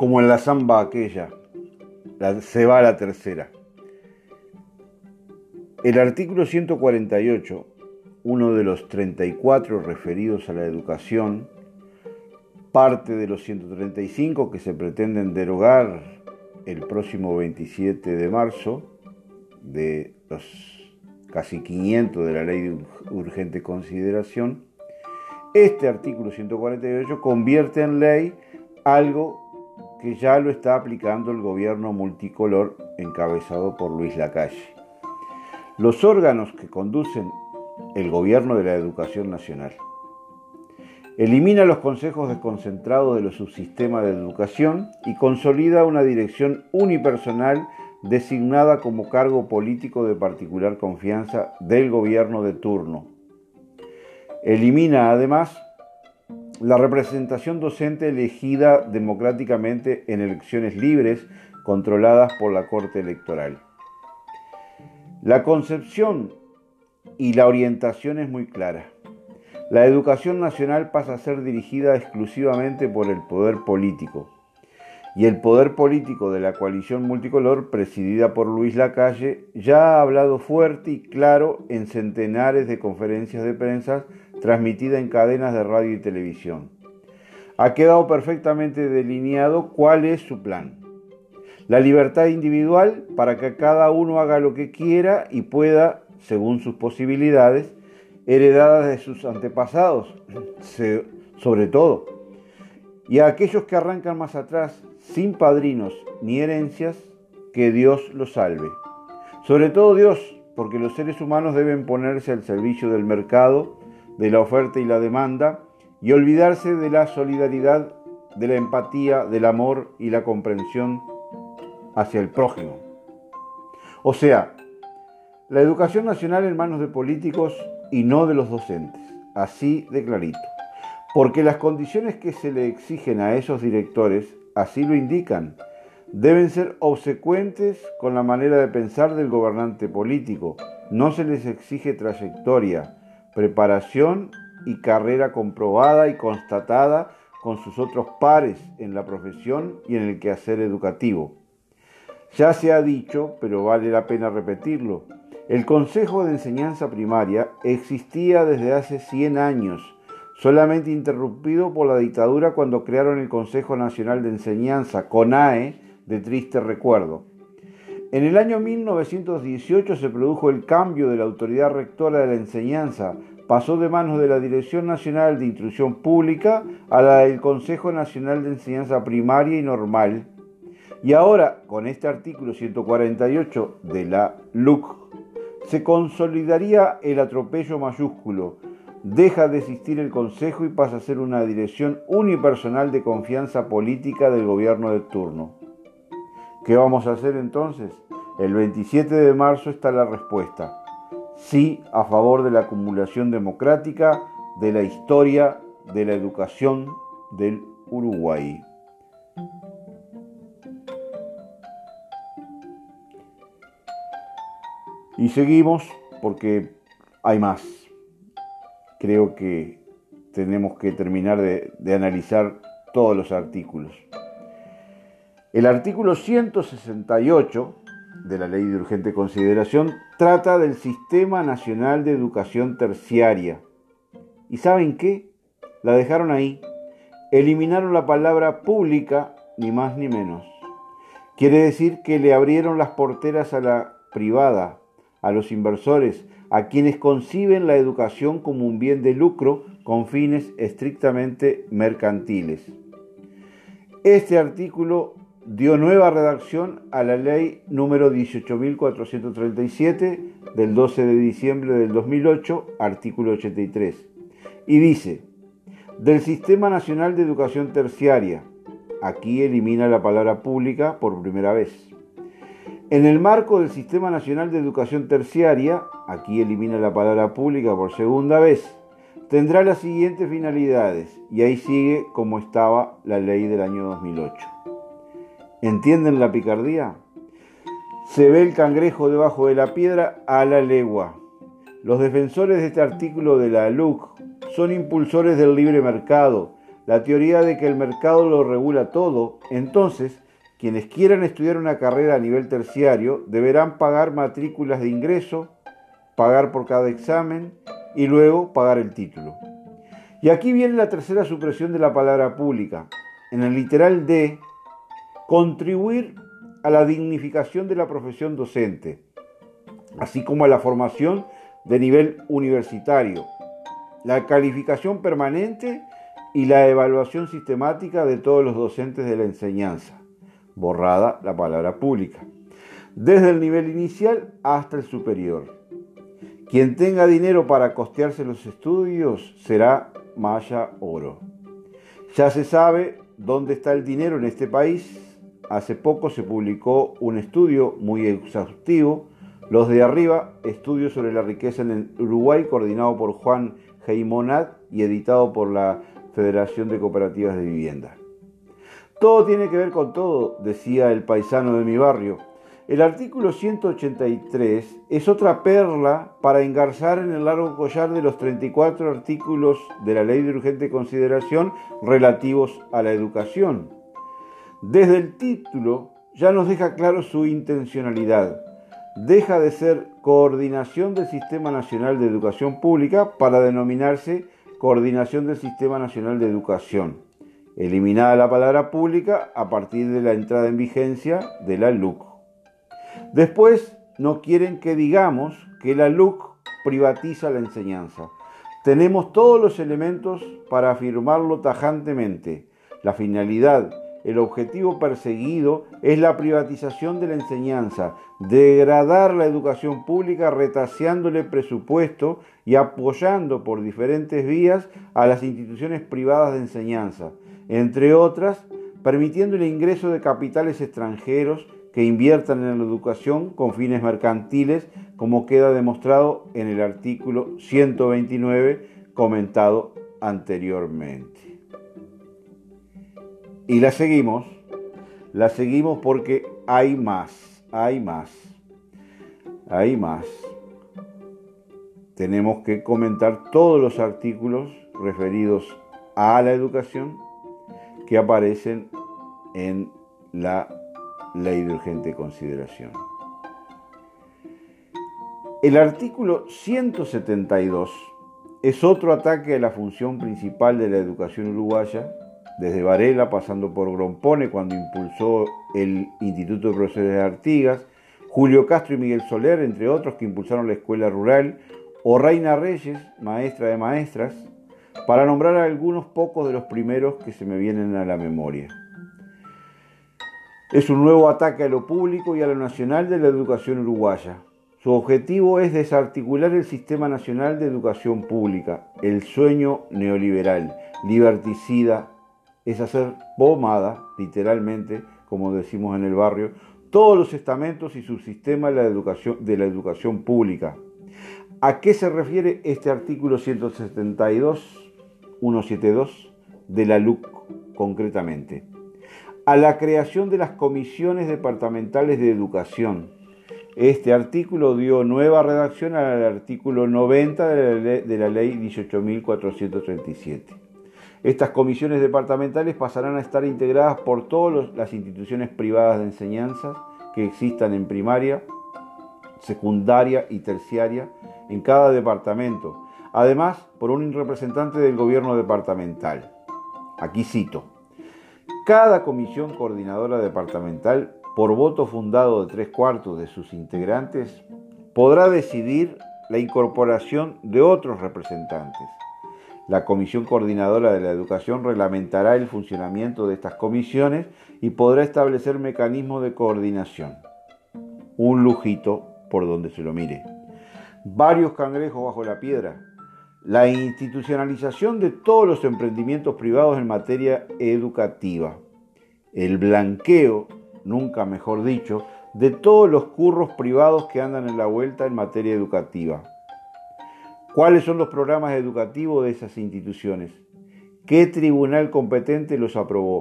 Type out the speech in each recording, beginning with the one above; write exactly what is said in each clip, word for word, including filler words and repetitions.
como en la samba aquella, la, se va a la tercera. El artículo ciento cuarenta y ocho, uno de los treinta y cuatro referidos a la educación, parte de los ciento treinta y cinco que se pretenden derogar el próximo veintisiete de marzo, de los casi quinientos de la ley de urgente consideración, este artículo ciento cuarenta y ocho convierte en ley algo que ya lo está aplicando el gobierno multicolor encabezado por Luis Lacalle. Los órganos que conducen el gobierno de la educación nacional. Elimina los consejos desconcentrados de los subsistemas de educación y consolida una dirección unipersonal designada como cargo político de particular confianza del gobierno de turno. Elimina además la representación docente elegida democráticamente en elecciones libres controladas por la Corte Electoral. La concepción y la orientación es muy clara. La educación nacional pasa a ser dirigida exclusivamente por el poder político. Y el poder político de la coalición multicolor, presidida por Luis Lacalle, ya ha hablado fuerte y claro en centenares de conferencias de prensa transmitidas en cadenas de radio y televisión. Ha quedado perfectamente delineado cuál es su plan. La libertad individual para que cada uno haga lo que quiera y pueda, según sus posibilidades, heredadas de sus antepasados, sobre todo, y a aquellos que arrancan más atrás, sin padrinos ni herencias, que Dios los salve. Sobre todo Dios, porque los seres humanos deben ponerse al servicio del mercado, de la oferta y la demanda, y olvidarse de la solidaridad, de la empatía, del amor y la comprensión hacia el prójimo. O sea, la educación nacional en manos de políticos y no de los docentes, así de clarito, porque las condiciones que se le exigen a esos directores así lo indican, deben ser obsecuentes con la manera de pensar del gobernante político. No se les exige trayectoria, preparación y carrera comprobada y constatada con sus otros pares en la profesión y en el quehacer educativo. Ya se ha dicho, pero vale la pena repetirlo, el Consejo de Enseñanza Primaria existía desde hace cien años, solamente interrumpido por la dictadura cuando crearon el Consejo Nacional de Enseñanza, CONAE, de triste recuerdo. En el año mil novecientos dieciocho se produjo el cambio de la autoridad rectora de la enseñanza, pasó de manos de la Dirección Nacional de Instrucción Pública a la del Consejo Nacional de Enseñanza Primaria y Normal. Y ahora, con este artículo ciento cuarenta y ocho de la L U C, se consolidaría el atropello mayúsculo. Deja de existir el Consejo y pasa a ser una dirección unipersonal de confianza política del gobierno de turno. ¿Qué vamos a hacer entonces? El veintisiete de marzo está la respuesta. Sí a favor de la acumulación democrática de la historia de la educación del Uruguay. Y seguimos porque hay más. Creo que tenemos que terminar de, de analizar todos los artículos. El artículo ciento sesenta y ocho de la Ley de Urgente Consideración trata del Sistema Nacional de Educación Terciaria. ¿Y saben qué? La dejaron ahí. Eliminaron la palabra pública, ni más ni menos. Quiere decir que le abrieron las porteras a la privada, a los inversores, a quienes conciben la educación como un bien de lucro con fines estrictamente mercantiles. Este artículo dio nueva redacción a la ley número dieciocho mil cuatrocientos treinta y siete del doce de diciembre del dos mil ocho, artículo ochenta y tres, y dice: del Sistema Nacional de Educación Terciaria, aquí elimina la palabra pública por primera vez. En el marco del Sistema Nacional de Educación Terciaria, aquí elimina la palabra pública por segunda vez, tendrá las siguientes finalidades, y ahí sigue como estaba la ley del año dos mil ocho. ¿Entienden la picardía? Se ve el cangrejo debajo de la piedra a la legua. Los defensores de este artículo de la L U C son impulsores del libre mercado, la teoría de que el mercado lo regula todo, entonces quienes quieran estudiar una carrera a nivel terciario deberán pagar matrículas de ingreso, pagar por cada examen y luego pagar el título. Y aquí viene la tercera supresión de la palabra pública. En el literal D, contribuir a la dignificación de la profesión docente, así como a la formación de nivel universitario, la calificación permanente y la evaluación sistemática de todos los docentes de la enseñanza. Borrada la palabra pública. Desde el nivel inicial hasta el superior. Quien tenga dinero para costearse los estudios será maya oro. Ya se sabe dónde está el dinero en este país. Hace poco se publicó un estudio muy exhaustivo, Los de Arriba, estudio sobre la riqueza en el Uruguay, coordinado por Juan Geimonat y editado por la Federación de Cooperativas de Vivienda. Todo tiene que ver con todo, decía el paisano de mi barrio. El artículo ciento ochenta y tres es otra perla para engarzar en el largo collar de los treinta y cuatro artículos de la Ley de Urgente Consideración relativos a la educación. Desde el título ya nos deja claro su intencionalidad. Deja de ser Coordinación del Sistema Nacional de Educación Pública para denominarse Coordinación del Sistema Nacional de Educación. Eliminada la palabra pública a partir de la entrada en vigencia de la L U C. Después no quieren que digamos que la L U C privatiza la enseñanza. Tenemos todos los elementos para afirmarlo tajantemente. La finalidad, el objetivo perseguido es la privatización de la enseñanza, degradar la educación pública retaseándole presupuesto y apoyando por diferentes vías a las instituciones privadas de enseñanza, entre otras, permitiendo el ingreso de capitales extranjeros que inviertan en la educación con fines mercantiles, como queda demostrado en el artículo ciento veintinueve comentado anteriormente. Y la seguimos, la seguimos porque hay más, hay más, hay más. Tenemos que comentar todos los artículos referidos a la educación que aparecen en la Ley de Urgente Consideración. El artículo ciento setenta y dos es otro ataque a la función principal de la educación uruguaya, desde Varela, pasando por Grompone, cuando impulsó el Instituto de Profesores de Artigas, Julio Castro y Miguel Soler, entre otros, que impulsaron la escuela rural, o Reina Reyes, maestra de maestras, para nombrar a algunos pocos de los primeros que se me vienen a la memoria. Es un nuevo ataque a lo público y a lo nacional de la educación uruguaya. Su objetivo es desarticular el Sistema Nacional de Educación Pública, el sueño neoliberal, liberticida, es hacer pomada, literalmente, como decimos en el barrio, todos los estamentos y subsistemas de la educación, de la educación pública. ¿A qué se refiere este artículo ciento setenta y dos, ciento setenta y dos de la L U C concretamente? A la creación de las comisiones departamentales de educación. Este artículo dio nueva redacción al artículo noventa de la ley, de la ley dieciocho mil cuatrocientos treinta y siete. Estas comisiones departamentales pasarán a estar integradas por todas las instituciones privadas de enseñanza que existan en primaria, secundaria y terciaria en cada departamento, además por un representante del gobierno departamental. Aquí cito: cada comisión coordinadora departamental, por voto fundado de tres cuartos de sus integrantes, podrá decidir la incorporación de otros representantes. La Comisión Coordinadora de la Educación reglamentará el funcionamiento de estas comisiones y podrá establecer mecanismos de coordinación. Un lujito por donde se lo mire. Varios cangrejos bajo la piedra. La institucionalización de todos los emprendimientos privados en materia educativa. El blanqueo, nunca mejor dicho, de todos los curros privados que andan en la vuelta en materia educativa. ¿Cuáles son los programas educativos de esas instituciones? ¿Qué tribunal competente los aprobó?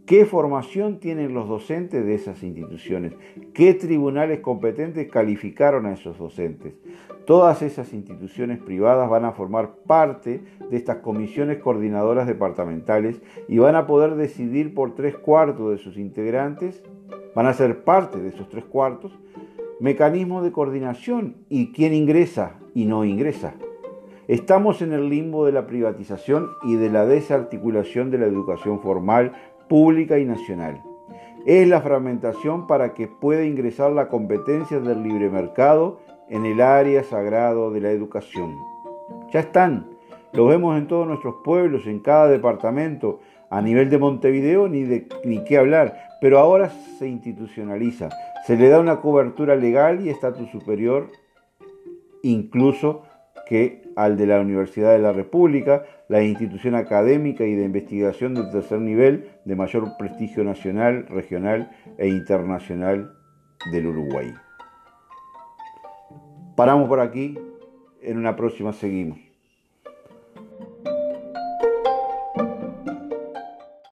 ¿Qué formación tienen los docentes de esas instituciones? ¿Qué tribunales competentes calificaron a esos docentes? Todas esas instituciones privadas van a formar parte de estas comisiones coordinadoras departamentales y van a poder decidir por tres cuartos de sus integrantes, van a ser parte de esos tres cuartos, mecanismos de coordinación y quién ingresa y no ingresa. Estamos en el limbo de la privatización y de la desarticulación de la educación formal, pública y nacional. Es la fragmentación para que pueda ingresar la competencia del libre mercado en el área sagrado de la educación. Ya están, lo vemos en todos nuestros pueblos, en cada departamento, a nivel de Montevideo ni de ni qué hablar, pero ahora se institucionaliza, se le da una cobertura legal y estatus superior, incluso que al de la Universidad de la República, la institución académica y de investigación de tercer nivel de mayor prestigio nacional, regional e internacional del Uruguay. Paramos por aquí, en una próxima seguimos.